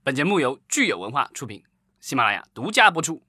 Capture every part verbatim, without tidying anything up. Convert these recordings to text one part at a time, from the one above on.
本节目由聚友文化出品，喜马拉雅独家播出。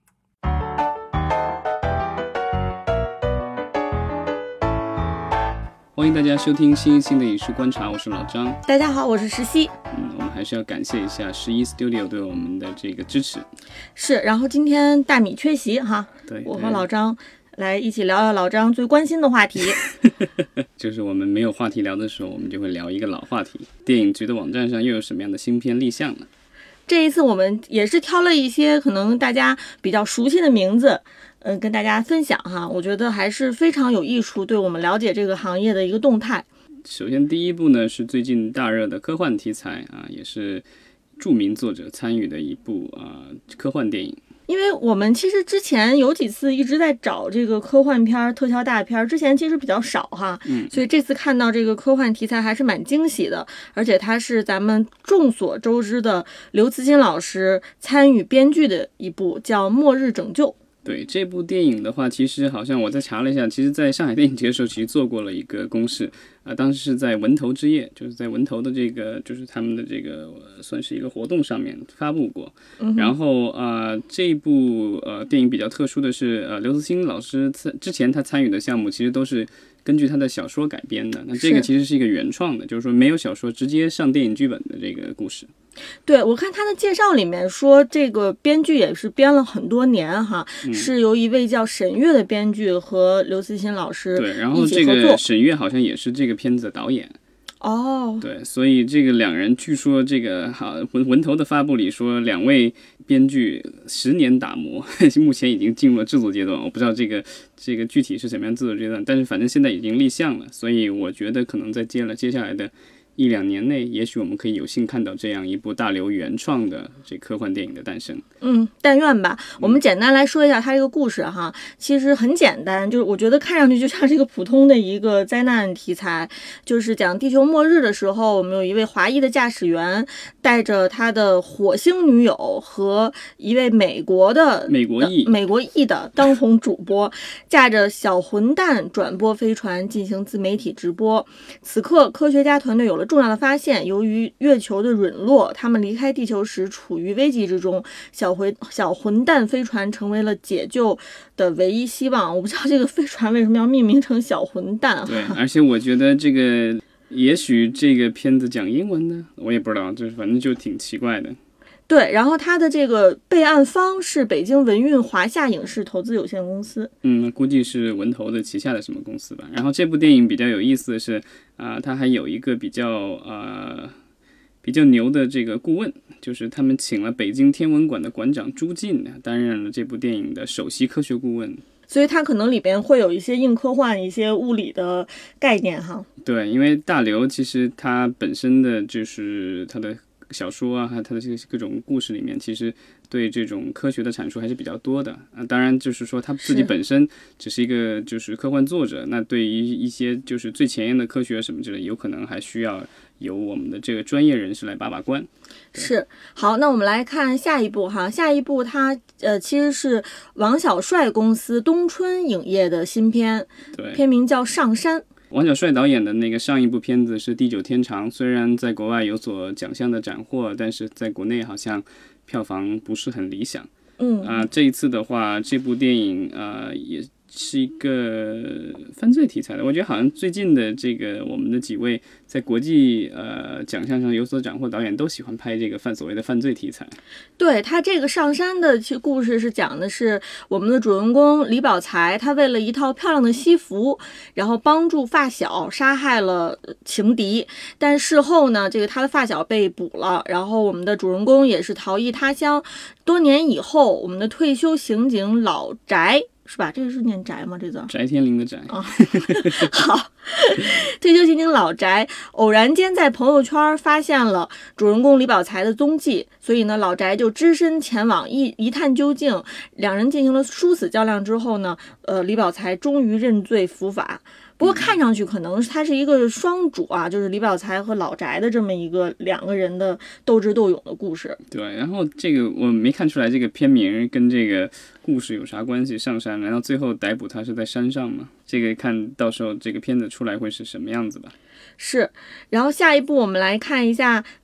欢迎大家收听新一期的影视观察，我是老张。 大家好，我是石溪。 嗯，我们还是要感谢一下十一 Studio 对我们的这个支持。 是，然后今天大米缺席哈， 对， 我和老张来一起聊聊老张最关心的话题。 就是我们没有话题聊的时候，我们就会聊一个老话题：电影局的网站上又有什么样的新片立项呢？ 这一次我们也是挑了一些可能大家比较熟悉的名字，嗯、呃，跟大家分享哈。我觉得还是非常有益处，对我们了解这个行业的一个动态。 首先，第一部呢是最近大热的科幻题材啊，也是著名作者参与的一部啊科幻电影。 因为我们其实之前有几次一直在找这个科幻片、特效大片，之前其实比较少哈， 嗯， 所以这次看到这个科幻题材还是蛮惊喜的，而且它是咱们众所周知的刘慈欣老师参与编剧的一部叫《末日拯救》。 对，这部电影的话，其实好像我在查了一下，其实在上海电影节的时候，其实做过了一个公示啊、呃，当时是在文投之夜，就是在文投的这个，就是他们的这个、呃、算是一个活动上面发布过。 嗯、 然后呃，这部呃电影比较特殊的是，呃，刘慈欣老师之前他参与的项目其实都是根据他的小说改编的，那这个其实是一个原创的，就是说没有小说直接上电影剧本的这个故事。 对，我看他的介绍里面说，这个编剧也是编了很多年哈、嗯，是由一位叫沈月的编剧和刘慈欣老师一起合作。 对，然后这个沈月好像也是这个片子的导演。 哦， 对，所以这个两人据说这个好文文头的发布里说，两位编剧十年打磨，目前已经进入了制作阶段。我不知道这个这个具体是什么样制作阶段，但是反正现在已经立项了，所以我觉得可能在接了接下来的一两年内，也许我们可以有幸看到这样一部大刘原创的这科幻电影的诞生。 嗯，但愿吧。我们简单来说一下它这个故事哈，其实很简单，就是我觉得看上去就像是一个普通的一个灾难题材，就是讲地球末日的时候，我们有一位华裔的驾驶员带着他的火星女友和一位美国的美国裔美国裔的当红主播，驾着小混蛋转播飞船进行自媒体直播。此刻，科学家团队有了重要的发现，由于月球的陨落，他们离开地球时处于危机之中，小回小混蛋飞船成为了解救的唯一希望。我不知道这个飞船为什么要命名成小混蛋。 对，而且我觉得这个也许这个片子讲英文呢，我也不知道，就是反正就挺奇怪的。 对，然后它的这个备案方是北京文运华夏影视投资有限公司， 嗯，估计是文投的旗下的什么公司吧。然后这部电影比较有意思的是，啊、呃，它还有一个比较呃比较牛的这个顾问，就是他们请了北京天文馆的馆长朱进担任了这部电影的首席科学顾问。 所以它可能里边会有一些硬科幻、一些物理的概念哈。 对，因为大刘其实他本身的就是他的小说啊，还有他的这个各种故事里面，其实对这种科学的阐述还是比较多的啊。当然，就是说他自己本身只是一个就是科幻作者，那对于一些就是最前沿的科学什么之类，有可能还需要由我们的这个专业人士来把把关。 是，好，那我们来看下一部哈，下一部它呃其实是王小帅公司东春影业的新片， 对， 片名叫《上山》。 王小帅导演的那个上一部片子是《地久天长》，虽然在国外有所奖项的斩获，但是在国内好像票房不是很理想。 嗯啊、呃，这一次的话，这部电影呃也是一个犯罪题材的。我觉得好像最近的这个我们的几位在国际呃奖项上有所斩获导演都喜欢拍这个犯所谓的犯罪题材。 对，他这个上山的故事是讲的是我们的主人公李宝才，他为了一套漂亮的西服，然后帮助发小杀害了情敌，但事后呢，这个他的发小被捕了，然后我们的主人公也是逃逸他乡。多年以后，我们的退休刑警老翟。是吧？这个是念翟吗？这字翟天临的翟啊。好，退休刑警老翟偶然间在朋友圈发现了主人公李宝才的踪迹，所以呢，老翟就只身前往一一探究竟。两人进行了殊死较量之后呢，呃，李宝才终于认罪伏法。不过看上去可能它是一个双主啊，就是李宝才和老翟的这么一个两个人的斗智斗勇的故事。 对，然后这个我没看出来这个片名跟这个故事有啥关系？上山，难道最后逮捕他是在山上吗？这个看到时候这个片子出来会是什么样子吧。 是，然后下一步我们来看一下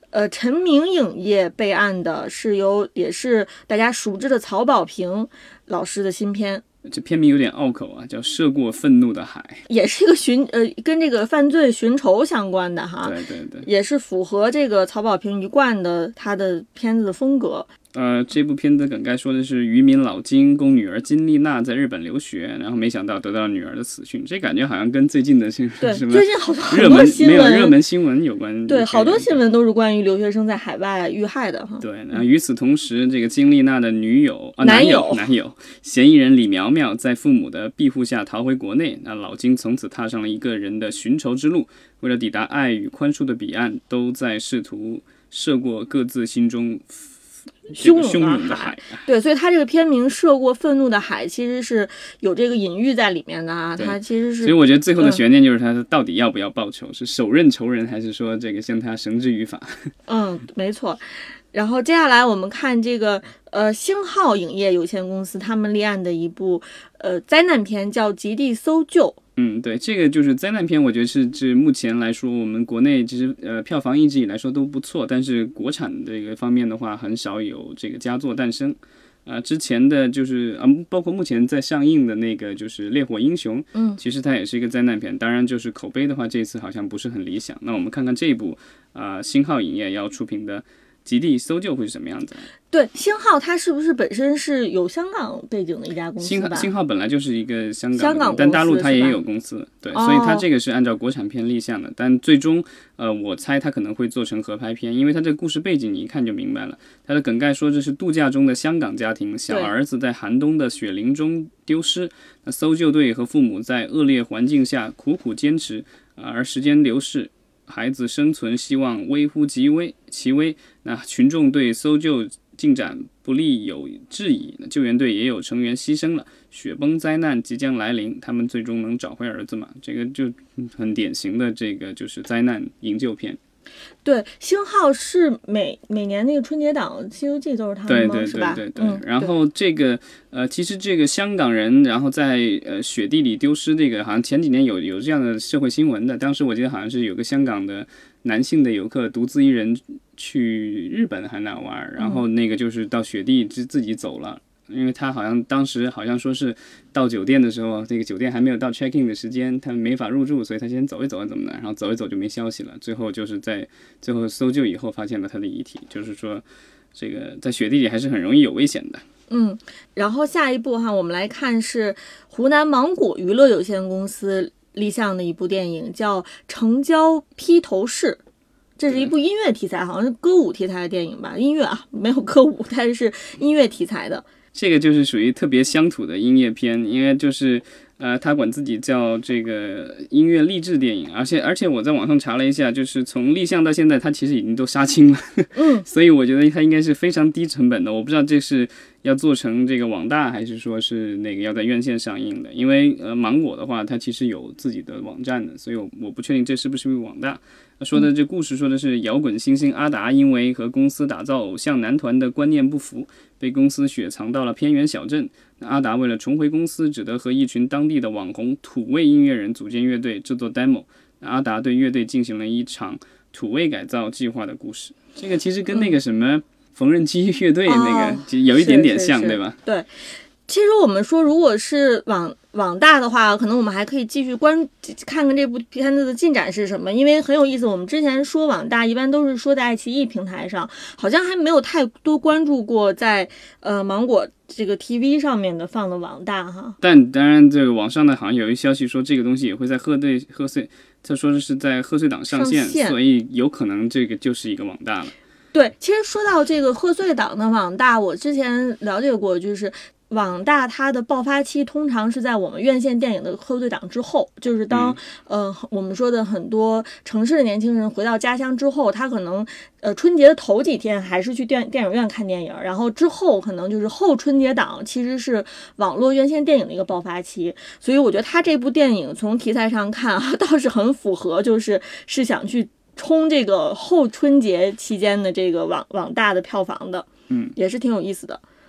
呃，陈明影业备案的是由也是大家熟知的曹保平老师的新片。 这片名有点拗口啊，叫《涉过愤怒的海》， 也是一个寻呃跟这个犯罪寻仇相关的哈， 对对对， 也是符合这个曹保平一贯的他的片子的风格。 呃，这部片子梗概说的是渔民老金供女儿金丽娜在日本留学，然后没想到得到女儿的死讯，这感觉好像跟最近的什么对最近好多热门新闻没有热门新闻有关。 对，好多新闻都是关于留学生在海外遇害的哈。 对，然后与此同时，这个金丽娜的女友啊男友男友嫌疑人李苗苗在父母的庇护下逃回国内，那老金从此踏上了一个人的寻仇之路，为了抵达爱与宽恕的彼岸，都在试图涉过各自心中汹汹涌的海。 对，所以他这个片名《涉过愤怒的海》其实是有这个隐喻在里面的啊。他其实是， 所以我觉得最后的悬念就是他到底要不要报仇，嗯、是手刃仇人，还是说这个向他绳之于法？ 嗯，没错。然后接下来我们看这个呃星浩影业有限公司他们立案的一部呃灾难片，叫《极地搜救》。 嗯，对，这个就是灾难片，我觉得是指目前来说，我们国内其实呃票房一直以来说都不错，但是国产这个方面的话，很少有这个佳作诞生。啊、呃，之前的就是啊、呃，包括目前在上映的那个就是《烈火英雄》， 嗯， 其实它也是一个灾难片，当然就是口碑的话，这次好像不是很理想。那我们看看这一部啊、呃，星浩影业要出品的《极地搜救》会是什么样子？ 对，星浩它是不是本身是有香港背景的一家公司吧？ 星浩本来就是一个香港的， 香港但大陆它也有公司，对， 哦、 所以它这个是按照国产片立项的。但最终，呃，我猜它可能会做成合拍片，因为它这个故事背景你一看就明白了。它的梗概说这是度假中的香港家庭，小儿子在寒冬的雪林中丢失，那搜救队和父母在恶劣环境下苦苦坚持，而时间流逝。孩子生存希望微乎其微，其微。那群众对搜救进展不利有质疑，救援队也有成员牺牲了，雪崩灾难即将来临，他们最终能找回儿子吗？这个就很典型的这个就是灾难营救片。 对，星浩是每每年那个春节档《西游记》都是他们吗？ 对对是吧？ 对对对。 嗯、 然后这个呃，其实这个香港人，然后在呃雪地里丢失，这个好像前几年有有这样的社会新闻的。当时我记得好像是有个香港的男性的游客独自一人去日本还哪玩，然后那个就是到雪地自自己走了。因为他好像当时好像说是到酒店的时候，这个酒店还没有到 check in 的时间，他没法入住，所以他先走一走怎么的，然后走一走就没消息了。最后就是在最后搜救以后发现了他的遗体，就是说这个在雪地里还是很容易有危险的。 嗯，然后下一步哈，我们来看是湖南芒果娱乐有限公司立项的一部电影，叫《城郊披头士》。这是一部音乐题材，好像是歌舞题材的电影吧？音乐啊，没有歌舞，但是是音乐题材的。 这个就是属于特别乡土的音乐片，因为就是呃，他管自己叫这个音乐励志电影，而且而且我在网上查了一下，就是从立项到现在，他其实已经都杀青了， 嗯， 所以我觉得他应该是非常低成本的。我不知道这是要做成这个网大，还是说是那个要在院线上映的？因为呃，芒果的话，它其实有自己的网站的，所以我我不确定这是不是网大。说的这故事说的是摇滚新星阿达因为和公司打造偶像男团的观念不符，被公司雪藏到了偏远小镇。那阿达为了重回公司，只得和一群当地的网红土味音乐人组建乐队制作 demo。那阿达对乐队进行了一场土味改造计划的故事。这个其实跟那个什么缝纫机乐队那个其实有一点点像， 哦、 对吧？ 对。其实我们说，如果是网网大的话，可能我们还可以继续关看看这部片子的进展是什么，因为很有意思。我们之前说网大一般都是说在爱奇艺平台上，好像还没有太多关注过在呃芒果这个 T V 上面的放的网大哈。 但当然，这个网上呢好像有一消息说这个东西也会在贺岁贺岁，他说的是在贺岁档上线， 上线所以有可能这个就是一个网大了。 对，其实说到这个贺岁档的网大，我之前了解过，就是网大它的爆发期通常是在我们院线电影的贺岁档之后，就是当、嗯、呃我们说的很多城市的年轻人回到家乡之后，他可能呃春节的头几天还是去电电影院看电影，然后之后可能就是后春节档其实是网络院线电影的一个爆发期，所以我觉得他这部电影从题材上看啊，倒是很符合，就是是想去冲这个后春节期间的这个网网大的票房的， 嗯， 也是挺有意思的。 对。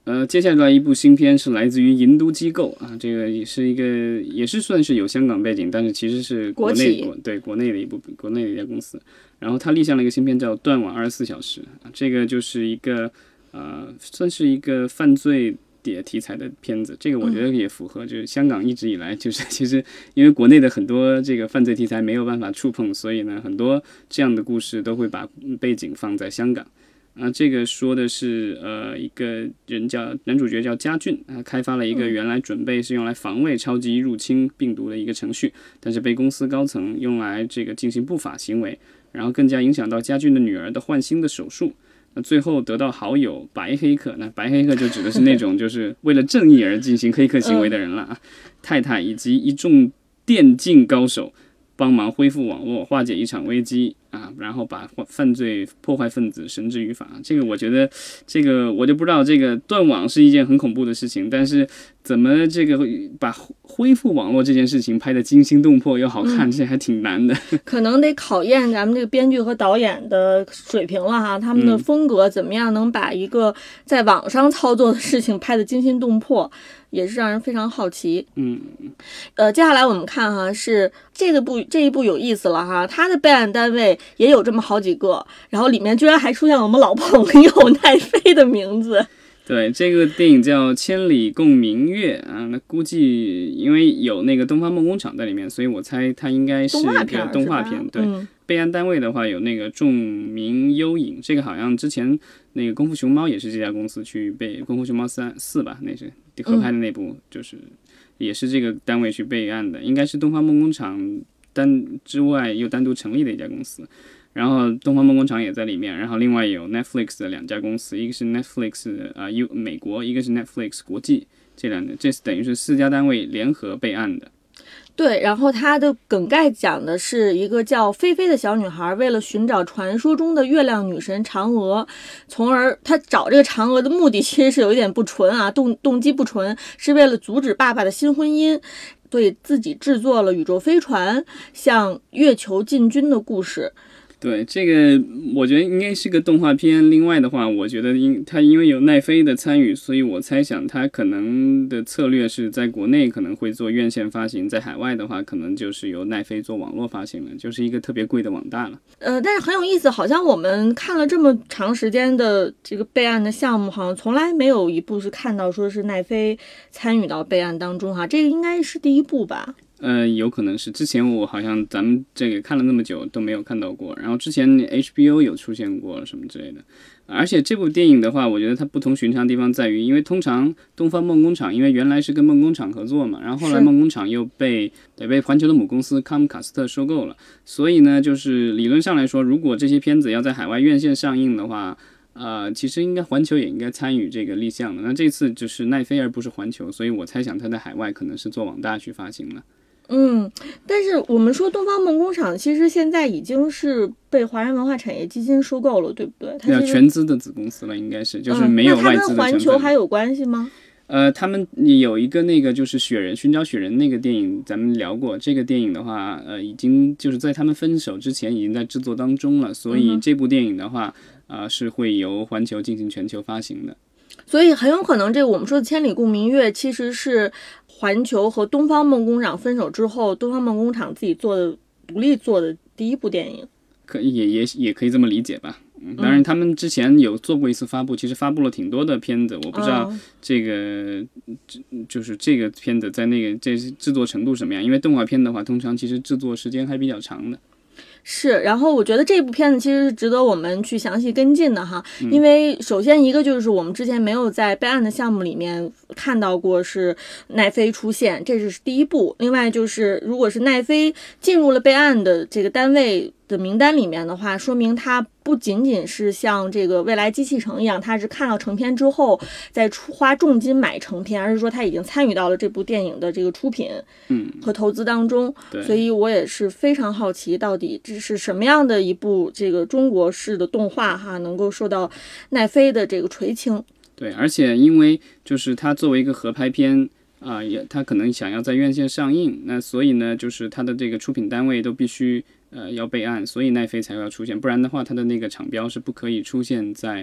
呃，接下来一部新片是来自于银都机构啊，这个也是一个也是算是有香港背景，但是其实是国内国对国内的一部国内的一家公司。然后他立项了一个新片叫《断网二十四小时》啊，这个就是一个呃算是一个犯罪题材的片子，这个我觉得也符合，就是香港一直以来就是其实因为国内的很多这个犯罪题材没有办法触碰，所以呢很多这样的故事都会把背景放在香港。啊，这个说的是呃一个人叫男主角叫嘉俊啊，开发了一个原来准备是用来防卫超级入侵病毒的一个程序，但是被公司高层用来这个进行不法行为，然后更加影响到嘉俊的女儿的换心的手术。那最后得到好友白黑客，那白黑客就指的是那种就是为了正义而进行黑客行为的人了啊，太太以及一众电竞高手帮忙恢复网络，化解一场危机啊，然后把犯罪破坏分子绳之于法。这个我觉得，这个我就不知道，这个断网是一件很恐怖的事情，但是怎么这个把恢复网络这件事情拍得惊心动魄又好看，嗯、这还挺难的。 可能得考验咱们这个编剧和导演的水平了哈，他们的风格怎么样能把一个在网上操作的事情拍得惊心动魄。也是让人非常好奇。 嗯， 呃，接下来我们看哈，是这个部这一部有意思了哈，它的备案单位也有这么好几个，然后里面居然还出现了我们老朋友奈飞的名字。 对，这个电影叫《千里共明月》啊，那估计因为有那个东方梦工厂在里面，所以我猜它应该是一个动画片。对、嗯，备案单位的话有那个众明幽影，这个好像之前那个功夫熊猫也是这家公司去备功夫熊猫三四吧，那是合拍的那部、嗯，就是也是这个单位去备案的，应该是东方梦工厂单之外又单独成立的一家公司。然后东方梦工厂也在里面，然后另外有 Netflix 的两家公司，一个是 Netflix 啊、呃、U 美国，一个是 Netflix 国际，这两个这是等于是四家单位联合备案的。 对，然后它的梗概讲的是一个叫菲菲的小女孩，为了寻找传说中的月亮女神嫦娥，从而她找这个嫦娥的目的其实是有一点不纯啊，动动机不纯，是为了阻止爸爸的新婚姻，所以自己制作了宇宙飞船，向月球进军的故事。 对，这个我觉得应该是个动画片。另外的话，我觉得因它因为有奈飞的参与，所以我猜想它可能的策略是在国内可能会做院线发行，在海外的话可能就是由奈飞做网络发行了，就是一个特别贵的网大了。 呃，但是很有意思，好像我们看了这么长时间的这个备案的项目，好像从来没有一部是看到说是奈飞参与到备案当中哈，这个应该是第一部吧。 呃，有可能是之前我好像咱们这个看了那么久都没有看到过，然后之前 H B O 有出现过什么之类的，而且这部电影的话，我觉得它不同寻常的地方在于，因为通常东方梦工厂因为原来是跟梦工厂合作嘛，然后后来梦工厂又被对被环球的母公司康姆卡斯特收购了，所以呢，就是理论上来说，如果这些片子要在海外院线上映的话。呃，其实应该环球也应该参与这个立项的。那这次就是奈飞而不是环球，所以我猜想它在海外可能是做网大去发行了。 嗯，但是我们说东方梦工厂其实现在已经是被华人文化产业基金收购了，对不对？它是全资的子公司了，应该是，就是没有外资的成分。 嗯、那它跟环球还有关系吗？ 呃，他们有一个那个就是雪人寻找雪人那个电影，咱们聊过。这个电影的话，呃，已经就是在他们分手之前已经在制作当中了，所以这部电影的话，啊、呃，是会由环球进行全球发行的。 所以很有可能，这个我们说的《千里共明月》其实是环球和东方梦工厂分手之后，东方梦工厂自己做的独立做的第一部电影。 可以也也也可以这么理解吧。嗯，当然他们之前有做过一次发布，其实发布了挺多的片子，我不知道这个、哦、就是这个片子在那个这制作程度什么样，因为动画片的话通常其实制作时间还比较长的。 是，然后我觉得这部片子其实是值得我们去详细跟进的哈，因为首先一个就是我们之前没有在备案的项目里面看到过是奈飞出现，这是第一步。另外就是如果是奈飞进入了备案的这个单位的名单里面的话，说明它不仅仅是像这个未来机器城一样，它是看到成片之后再出花重金买成片，而是说它已经参与到了这部电影的这个出品和投资当中。 嗯、 所以我也是非常好奇，到底这是什么样的一部这个中国式的动画哈，能够受到奈飞的这个垂青。 对，而且因为就是它作为一个合拍片。啊，也他可能想要在院线上映，那所以呢，就是他的这个出品单位都必须呃要备案，所以奈飞才要出现，不然的话，他的那个厂标是不可以出现在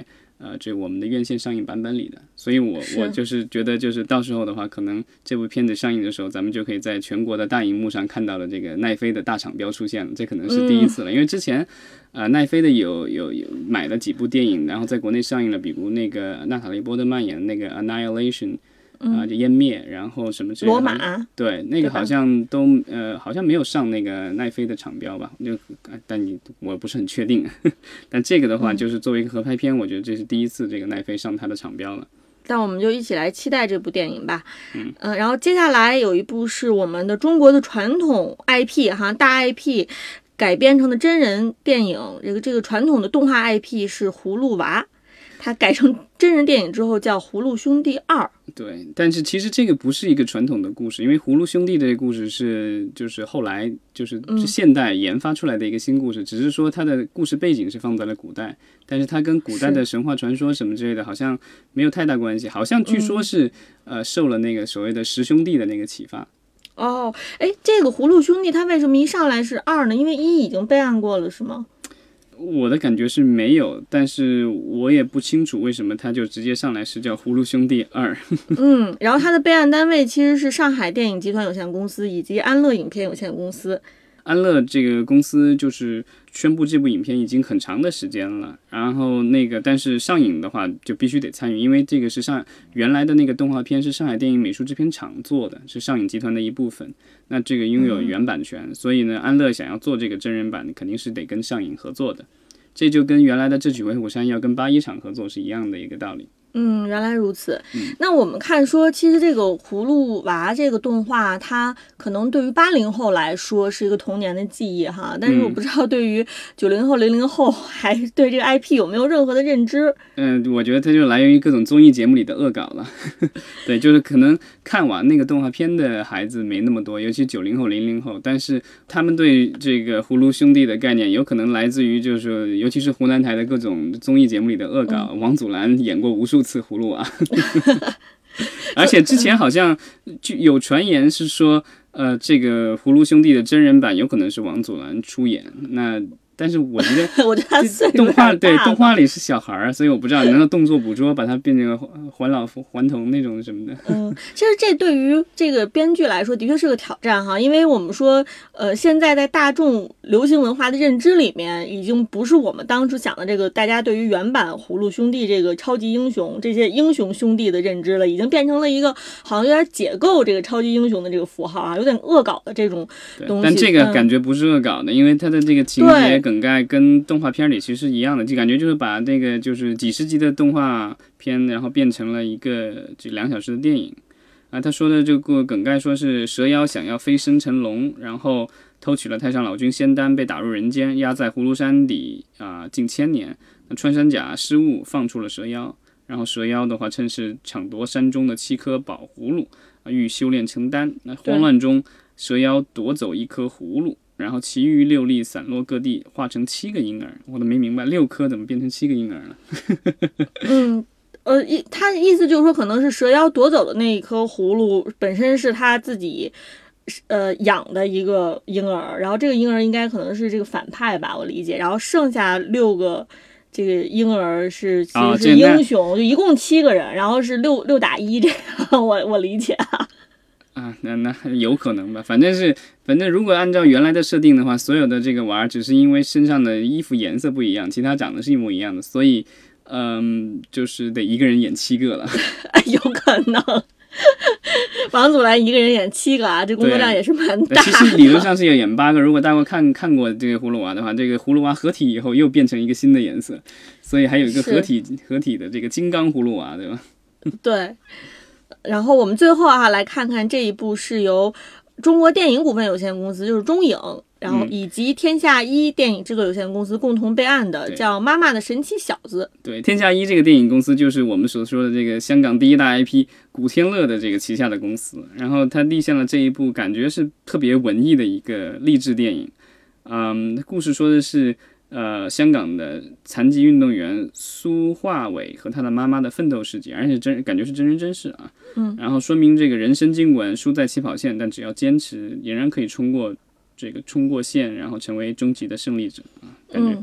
呃，这我们的院线上映版本里的，所以我我就是觉得，就是到时候的话，可能这部片子上映的时候，咱们就可以在全国的大荧幕上看到了这个奈飞的大厂标出现了，这可能是第一次了，嗯、因为之前，呃，奈飞的有有有买了几部电影，然后在国内上映了，比如那个娜塔莉波特曼演的那个《Annihilation》。啊、呃，就湮灭，然后什么之类的。 罗马。 对，那个好像都呃，好像没有上那个奈飞的厂标吧？就但你我不是很确定。但这个的话，就是作为一个合拍片，我觉得这是第一次这个奈飞上它的厂标了。 那我们就一起来期待这部电影吧。 嗯， 呃，然后接下来有一部是我们的中国的传统 I P 哈，大 I P 改编成的真人电影。这个这个传统的动画 I P 是《葫芦娃》。它改成真人电影之后叫《葫芦兄弟二》。 对，但是其实这个不是一个传统的故事，因为葫芦兄弟这个故事是就是后来就是是现代研发出来的一个新故事，嗯、只是说它的故事背景是放在了古代，但是它跟古代的神话传说什么之类的好像没有太大关系，好像据说是、嗯、呃受了那个所谓的十兄弟的那个启发。 哦，哎，这个葫芦兄弟它为什么一上来是二呢？因为一已经备案过了是吗？ 我的感觉是没有，但是我也不清楚为什么他就直接上来是叫《葫芦兄弟二》。 嗯，然后他的备案单位其实是上海电影集团有限公司以及安乐影片有限公司。 安乐这个公司就是宣布这部影片已经很长的时间了，然后那个但是上映的话就必须得参与，因为这个是上原来的那个动画片是上海电影美术制片厂做的，是上影集团的一部分，那这个拥有原版权、嗯、所以呢安乐想要做这个真人版肯定是得跟上影合作的，这就跟原来的智取威虎山要跟八一厂合作是一样的一个道理。 嗯，原来如此。 嗯、 那我们看说，其实这个葫芦娃这个动画，它可能对于八零后来说是一个童年的记忆哈，但是我不知道对于九零后、零零后还对这个 I P 有没有任何的认知。 嗯、呃，我觉得它就来源于各种综艺节目里的恶搞了。对，就是可能看完那个动画片的孩子没那么多，尤其九零后、零零后，但是他们对这个葫芦兄弟的概念有可能来自于就是尤其是湖南台的各种综艺节目里的恶搞。嗯、王祖蓝演过无数次葫芦娃。而且之前好像有传言是说呃，这个葫芦兄弟的真人版有可能是王祖蓝出演，那但是我觉得我觉得他岁数动画对动画里是小孩儿，所以我不知道能够动作捕捉把它变成还老还童那种什么的。 嗯，其实这对于这个编剧来说的确是个挑战哈，因为我们说呃，现在在大众流行文化的认知里面，已经不是我们当初想的这个大家对于原版葫芦兄弟这个超级英雄这些英雄兄弟的认知了，已经变成了一个好像有点解构这个超级英雄的这个符号啊，有点恶搞的这种东西。 但这个感觉不是恶搞的，嗯、因为它的这个情节梗概跟动画片里其实一样的，就感觉就是把那个就是几十集的动画片，然后变成了一个这两小时的电影啊。他说的这个梗概说是蛇妖想要飞升成龙，然后偷取了太上老君仙丹，被打入人间，压在葫芦山底啊近千年。那穿山甲失误放出了蛇妖，然后蛇妖的话趁势抢夺山中的七颗宝葫芦啊，欲修炼成丹。那慌乱中，蛇妖夺走一颗葫芦。然后其余六粒散落各地，化成七个婴儿。我都没明白，六颗怎么变成七个婴儿了？ 嗯，呃，意他意思就是说，可能是蛇妖夺走的那一颗葫芦本身是他自己呃养的一个婴儿，然后这个婴儿应该可能是这个反派吧，我理解。然后剩下六个这个婴儿是其实是英雄，哦、就一共七个人，然后是六六打一这样，我我理解啊。 啊，那那有可能吧，反正是，反正如果按照原来的设定的话，所有的这个娃儿只是因为身上的衣服颜色不一样，其他长得是一模一样的，所以，嗯，就是得一个人演七个了。 有可能，王祖蓝一个人演七个啊，这工作量也是蛮大的。 其实理论上是要演八个，如果大家看看过这个葫芦娃的话，这个葫芦娃合体以后又变成一个新的颜色，所以还有一个合体合体的这个金刚葫芦娃，对吧？ 对。然后我们最后啊，来看看这一部是由中国电影股份有限公司，就是中影，然后以及天下一电影制作有限公司共同备案的，叫《妈妈的神奇小子》。 对，天下一这个电影公司就是我们所说的这个香港第一大 I P 古天乐的这个旗下的公司，然后他立项了这一部感觉是特别文艺的一个励志电影。嗯，故事说的是呃，香港的残疾运动员苏化伟和他的妈妈的奋斗事迹，而且真感觉是真人真事啊。 嗯， 然后说明这个人生尽管输在起跑线，但只要坚持，仍然可以冲过这个冲过线，然后成为终极的胜利者啊。感觉、 嗯、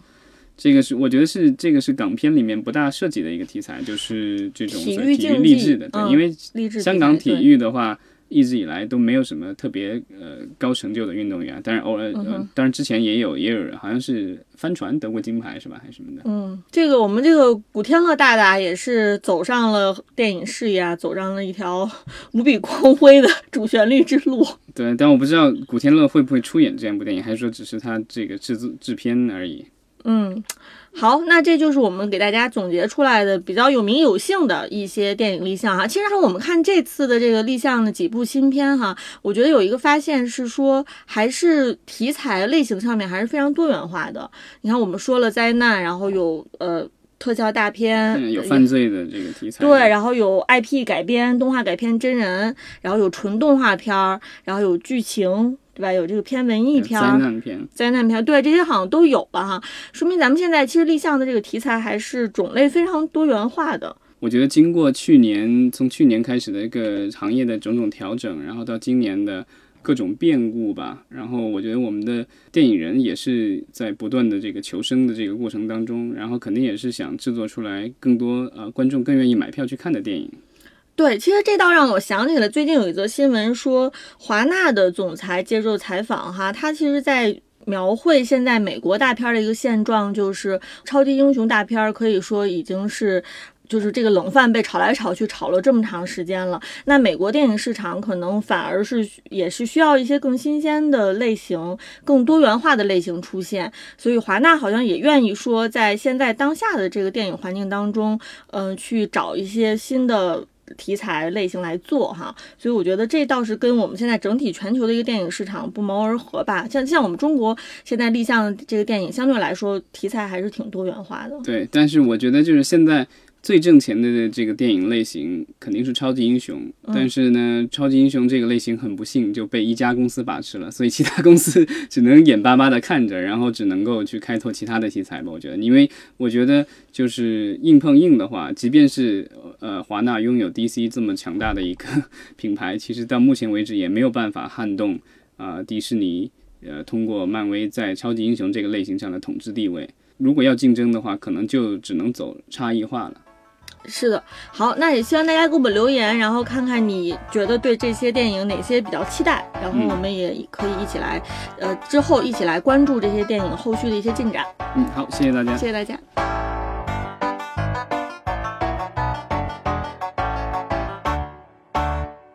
这个是我觉得是这个是港片里面不大涉及的一个题材，就是这种体育体育励志的，对， 嗯、 因为香港体育的话。一直以来都没有什么特别呃高成就的运动员，当然偶尔、呃嗯、当然之前也有也有好像是帆船得过金牌是吧，还是什么的。 嗯，这个我们这个古天乐大大也是走上了电影事业啊，走上了一条无比光辉的主旋律之路。 对，但我不知道古天乐会不会出演这样部电影，还是说只是他这个制作制片而已。 嗯，好，那这就是我们给大家总结出来的比较有名有姓的一些电影立项哈。其实我们看这次的这个立项的几部新片哈，我觉得有一个发现是说，还是题材类型上面还是非常多元化的。你看，我们说了灾难，然后有呃特效大片、 嗯，有犯罪的这个题材， 对，然后有 I P 改编、动画改编真人，然后有纯动画片，然后有剧情。对吧？有这个偏文艺片、 灾难片、 灾难片，对，这些好像都有了哈，说明咱们现在其实立项的这个题材还是种类非常多元化的。 我觉得经过去年从去年开始的一个行业的种种调整，然后到今年的各种变故吧，然后我觉得我们的电影人也是在不断的这个求生的这个过程当中，然后肯定也是想制作出来更多呃观众更愿意买票去看的电影。 对，其实这倒让我想起了最近有一则新闻说，华纳的总裁接受采访哈，他其实在描绘现在美国大片的一个现状，就是超级英雄大片可以说已经是就是这个冷饭被炒来炒去炒了这么长时间了，那美国电影市场可能反而是也是需要一些更新鲜的类型、更多元化的类型出现，所以华纳好像也愿意说在现在当下的这个电影环境当中，嗯、呃，去找一些新的题材类型来做哈，所以我觉得这倒是跟我们现在整体全球的一个电影市场不谋而合吧。像像我们中国现在立项的这个电影，相对来说题材还是挺多元化的。 对，但是我觉得就是现在最挣钱的这个电影类型肯定是超级英雄， 嗯、 但是呢，超级英雄这个类型很不幸就被一家公司把持了，所以其他公司只能眼巴巴的看着，然后只能够去开拓其他的题材吧。我觉得，因为我觉得就是硬碰硬的话，即便是呃华纳拥有 D C 这么强大的一个品牌，其实到目前为止也没有办法撼动啊、呃、迪士尼呃通过漫威在超级英雄这个类型上的统治地位。如果要竞争的话，可能就只能走差异化了。 是的，好，那也希望大家给我们留言，然后看看你觉得对这些电影哪些比较期待，然后我们也可以一起来，呃，之后一起来关注这些电影后续的一些进展。 嗯，好，谢谢大家， 谢谢大家。